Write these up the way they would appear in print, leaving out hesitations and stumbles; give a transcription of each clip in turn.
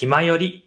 暇より。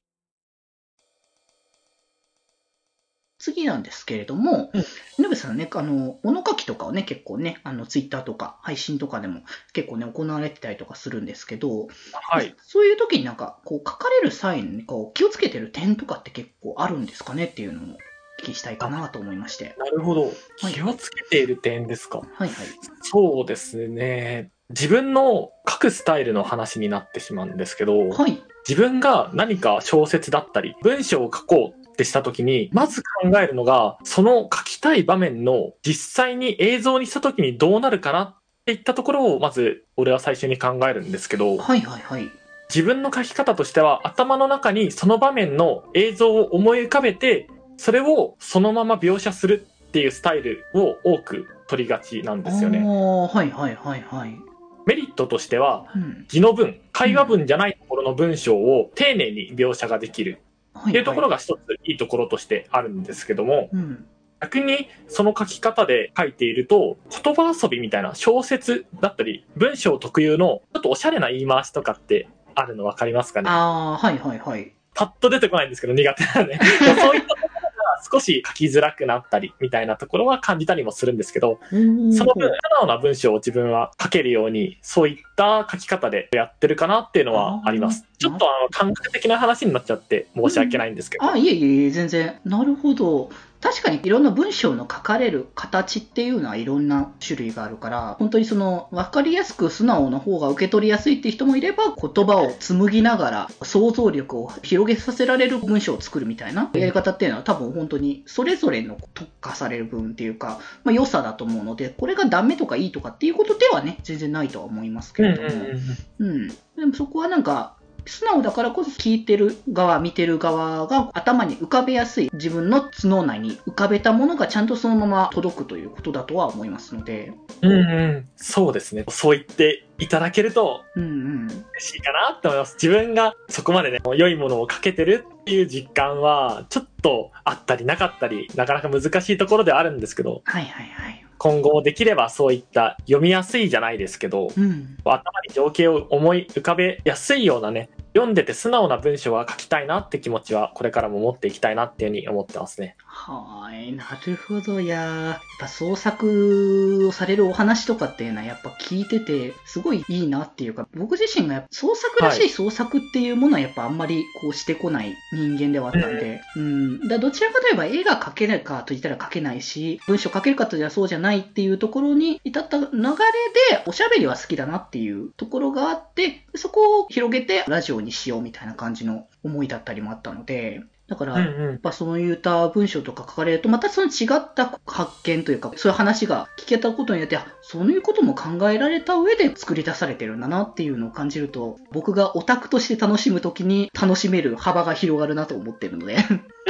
次なんですけれども、 うん井上さんね、物書きとかをね、結構ね、ツイッターとか配信とかでも結構ね、行われてたりとかするんですけど、 はい。 そういう時になんか、こう、書かれる際に、こう、気をつけてる点とかって結構あるんですかねっていうのをお聞きしたいかなと思いまして。 なるほど。 はい気をつけている点ですか。 はいはい。 そうですね。自分の書くスタイルの話になってしまうんですけど、 はい。 自分が何か小説だったり、文章を書こうってした時に、まず考えるのが、その書きたい場面の実際に映像にした時にどうなるかなっていったところを、まず俺は最初に考えるんですけど、 はいはいはい。 自分の書き方としては、頭の中にその場面の映像を思い浮かべて、それをそのまま描写するっていうスタイルを多く取りがちなんですよね。 はいはいはいはい。 メリットとしては、 うん。 字の文、会話文じゃないところの文章を丁寧に描写ができるっていうとはいはい。 ころが一ついいところとしてあるんですけども、 うん。 逆にその書き方で書いていると、言葉遊びみたいな小説だったり、文章特有のちょっとおしゃれな言い回しとかってあるの分かりますかね。 はいはいはい。 パッと出てこないんですけど苦手なんでそういったところが少し書きづらくなったりみたいなところは感じたりもするんですけど、その分素直な文章を自分は書けるようにそういった書き方でやってるかなっていうのはあります。ちょっと感覚的な話になっちゃって申し訳ないんですけど、 いえいえいえ、全然。なるほど。確かにいろんな文章の書かれる形っていうのはいろんな種類があるから、本当にその分かりやすく素直な方が受け取りやすいっていう人もいれば、言葉を紡ぎながら想像力を広げさせられる文章を作るみたいなやり方っていうのは多分本当にそれぞれの特化される部分っていうか、良さだと思うので、これがダメとかいいとかっていうことではね、全然ないとは思いますけれども。でもそこはなんか、素直だからこそ聞いてる側、見てる側が頭に浮かべやすい、自分の頭脳内に浮かべたものがちゃんとそのまま届くということだとは思いますので。 そうですね。そう言っていただけると嬉しいかなって思います。自分がそこまでね、良いものをかけてるっていう実感はちょっとあったりなかったり、なかなか難しいところではあるんですけど、 はいはいはい。 今後できればそういった読みやすいじゃないですけど、頭に情景を思い浮かべやすいようなね、読んでて素直な文章は書きたいなって気持ちはこれからも持っていきたいなっていうふうに思ってますね。 はい、なるほど。いややっぱ創作をされるお話とかっていうのはやっぱ聞いててすごいいいなっていうか、僕自身がやっぱ創作らしい創作っていうものはやっぱあんまりこうしてこない人間ではあったんで、どちらかといえば絵が描けないかと言ったら描けないし、文章描けるかと言ったらそうじゃないっていうところに至った流れでおしゃべりは好きだなっていうところがあって、そこを広げてラジオにしようみたいな感じの思いだったりもあったので、だから、やっぱそういった文章とか書かれると、またその違った発見というか、そういう話が聞けたことによって、そういうことも考えられた上で作り出されてるんだなっていうのを感じると、僕がオタクとして楽しむときに楽しめる幅が広がるなと思ってるので。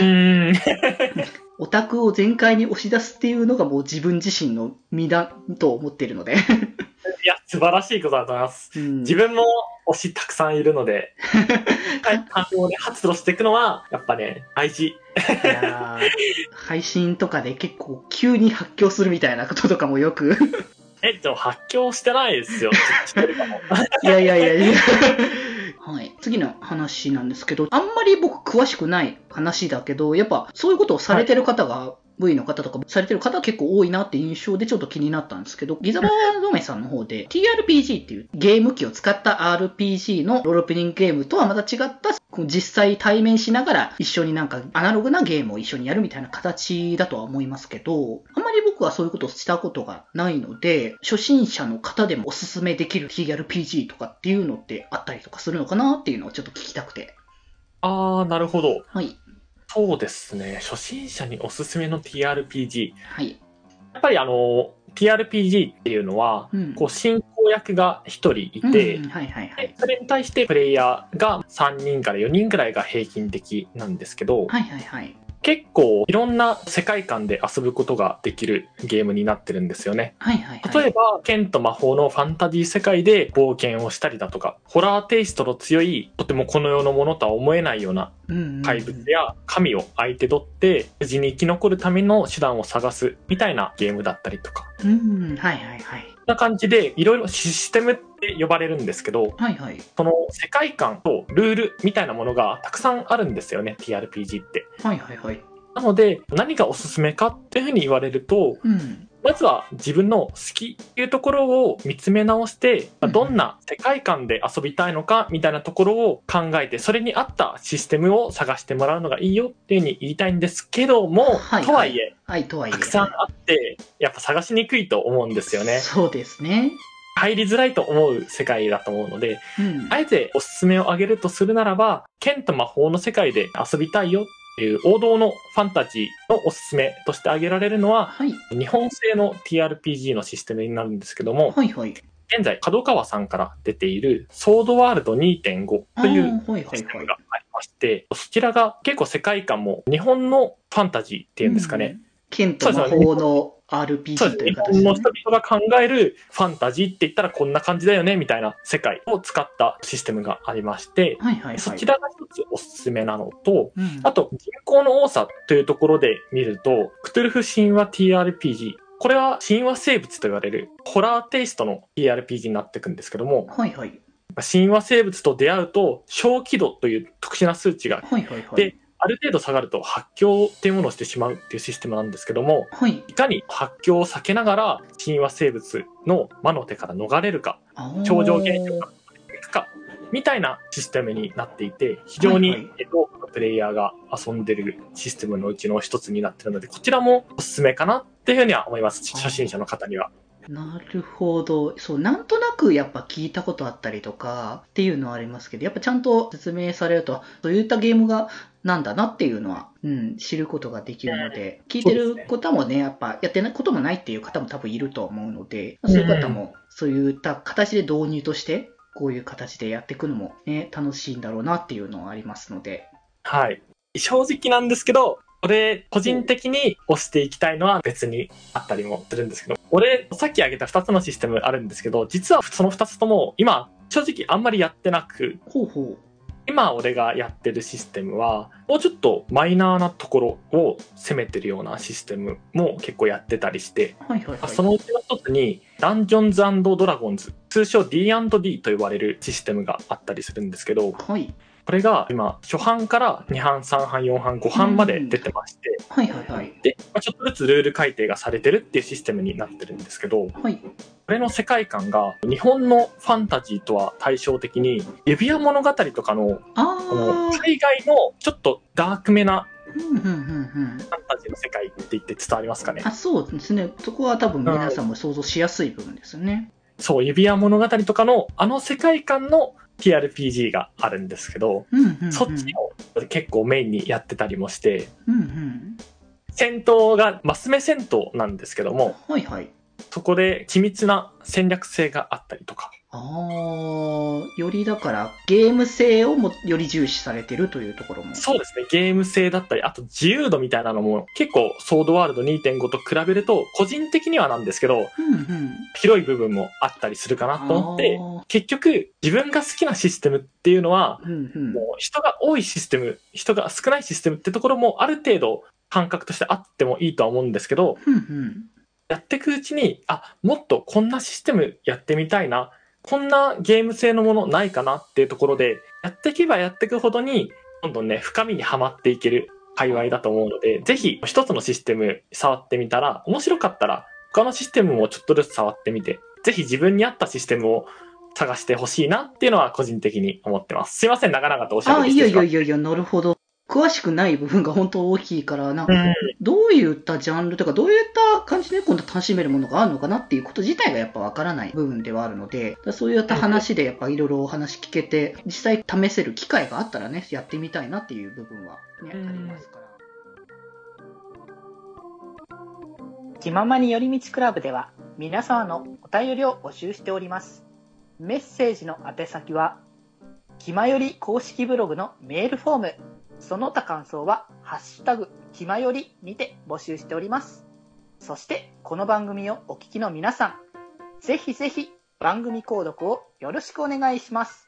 オタクを全開に押し出すっていうのがもう自分自身の身だと思ってるので。 いや、素晴らしいことだと思います。自分も推したくさんいるので、感情を発露していくのは、やっぱね、大事。 いや配信とかで結構急に発狂するみたいなこととかもよく発狂してないですよ。 いや。はい。次の話なんですけど、あんまり僕詳しくない話だけど、やっぱそういうことをされてる方が、V の方とかされてる方結構多いなって印象でちょっと気になったんですけど、ギザバードメさんの方で TRPG っていうゲーム機を使った RPG のロールプレイングゲームとはまた違った実際対面しながら一緒になんかアナログなゲームを一緒にやるみたいな形だとは思いますけど、あんまり僕はそういうことをしたことがないので、初心者の方でもおすすめできる TRPG とかっていうのってあったりとかするのかなっていうのをちょっと聞きたくて。 なるほど。 はい。 そうですね。初心者におすすめの TRPG。 はい。 やっぱりTRPG っていうのは、こう進行役が1人いて、それに対してプレイヤーが3人から4人くらいが平均的なんですけど、結構いろんな世界観で遊ぶことができるゲームになってるんですよね。例えば、剣と魔法のファンタジー世界で冒険をしたりだとか、ホラーテイストの強い、とてもこの世のものとは思えないような怪物や神を相手取って無事に生き残るための手段を探すみたいなゲームだったりとか。こんな感じでいろいろシステムって呼ばれるんですけど、 はいはい。 その世界観とルールみたいなものがたくさんあるんですよね、TRPG って。 はいはいはい。 なので、何がおすすめかっていうふうに言われると、まずは自分の好きっていうところを見つめ直して、どんな世界観で遊びたいのかみたいなところを考えて、それに合ったシステムを探してもらうのがいいよっていうふうに言いたいんですけども、とはいえ、たくさんあって、やっぱ探しにくいと思うんですよね。 そうですね。 入りづらいと思う世界だと思うので、あえておすすめを挙げるとするならば、剣と魔法の世界で遊びたいよっていう王道のファンタジーのおすすめとして挙げられるのは、日本製の TRPG のシステムになるんですけども、現在角川さんから出ているソードワールド 2.5 というシステムがありまして、そちらが結構世界観も日本のファンタジーっていうんですかね。 剣と魔法のRPG という形で、ね、 日本の人々が考えるファンタジーって言ったらこんな感じだよねみたいな世界を使ったシステムがありまして、そちらが一つおすすめなのと、あと人口の多さというところで見ると、クトゥルフ神話 TRPG、これは神話生物と言われるホラーテイストの TRPG になっていくんですけども、神話生物と出会うと小気度という特殊な数値がで、ある程度下がると発狂っていうものをしてしまうっていうシステムなんですけども、いかに発狂を避けながら神話生物の魔の手から逃れるか、超常現象から逃れていくかみたいなシステムになっていて、非常に多くのプレイヤーが遊んでるシステムのうちの一つになっているので、こちらもおすすめかなっていうふうには思います、初心者の方には。 なるほど。そう、なんとなくやっぱ聞いたことあったりとかっていうのはありますけど、やっぱちゃんと説明されると、そういったゲームがなんだなっていうのは、知ることができるので、聞いてる方もね、やっぱやってないこともないっていう方も多分いると思うので、そういう方もそういった形で導入として、こういう形でやっていくのもね、楽しいんだろうなっていうのはありますので。 はい。正直なんですけど、俺、個人的に推していきたいのは別にあったりもするんですけど、俺、さっき挙げた2つのシステムあるんですけど、実はその2つとも今、正直あんまりやってなく、今俺がやってるシステムは、もうちょっとマイナーなところを攻めてるようなシステムも結構やってたりして、そのうちの一つに、ダンジョンズ&ドラゴンズ、通称 D&D と呼ばれるシステムがあったりするんですけど、これが今、初版から2版、3版、4版、5版まで出てまして、で、ちょっとずつルール改定がされてるっていうシステムになってるんですけど、これの世界観が日本のファンタジーとは対照的に、指輪物語とかの、海外のちょっとダークめなファンタジーの世界って言って伝わりますかね。 そうですね。そこは多分皆さんも想像しやすい部分ですよね。 そう、指輪物語とかのあの世界観のTRPG があるんですけど、そっちを結構メインにやってたりもして、戦闘がマス目戦闘なんですけども、そこで緻密な戦略性があったりとか。 よりだからゲーム性をもより重視されてるというところも。 そうですね。ゲーム性だったり、あと自由度みたいなのも結構ソードワールド 2.5 と比べると個人的にはなんですけど、広い部分もあったりするかなと思って、結局自分が好きなシステムっていうのは、もう人が多いシステム、人が少ないシステムってところもある程度感覚としてあってもいいとは思うんですけど、やっていくうちに、もっとこんなシステムやってみたいな、こんなゲーム性のものないかなっていうところで、やっていけばやっていくほどに、どんどんね、深みにはまっていける界隈だと思うので、ぜひ一つのシステム触ってみたら、面白かったら、他のシステムもちょっとずつ触ってみて、ぜひ自分に合ったシステムを探してほしいなっていうのは個人的に思ってます。すいません、長々とおしゃべりしてしまって。 いや、なるほど。詳しくない部分が本当大きいから、なんかどういったジャンルとか、どういった感じで今度楽しめるものがあるのかなっていうこと自体がやっぱわからない部分ではあるので、そういった話でやっぱいろいろお話聞けて、実際試せる機会があったらね、やってみたいなっていう部分はね、ありますから。 気ままに寄り道クラブでは皆様のお便りを募集しております。メッセージの宛先は、気まより公式ブログのメールフォーム、その他感想はハッシュタグ気まよりにて募集しております。そしてこの番組をお聞きの皆さん、ぜひぜひ番組購読をよろしくお願いします。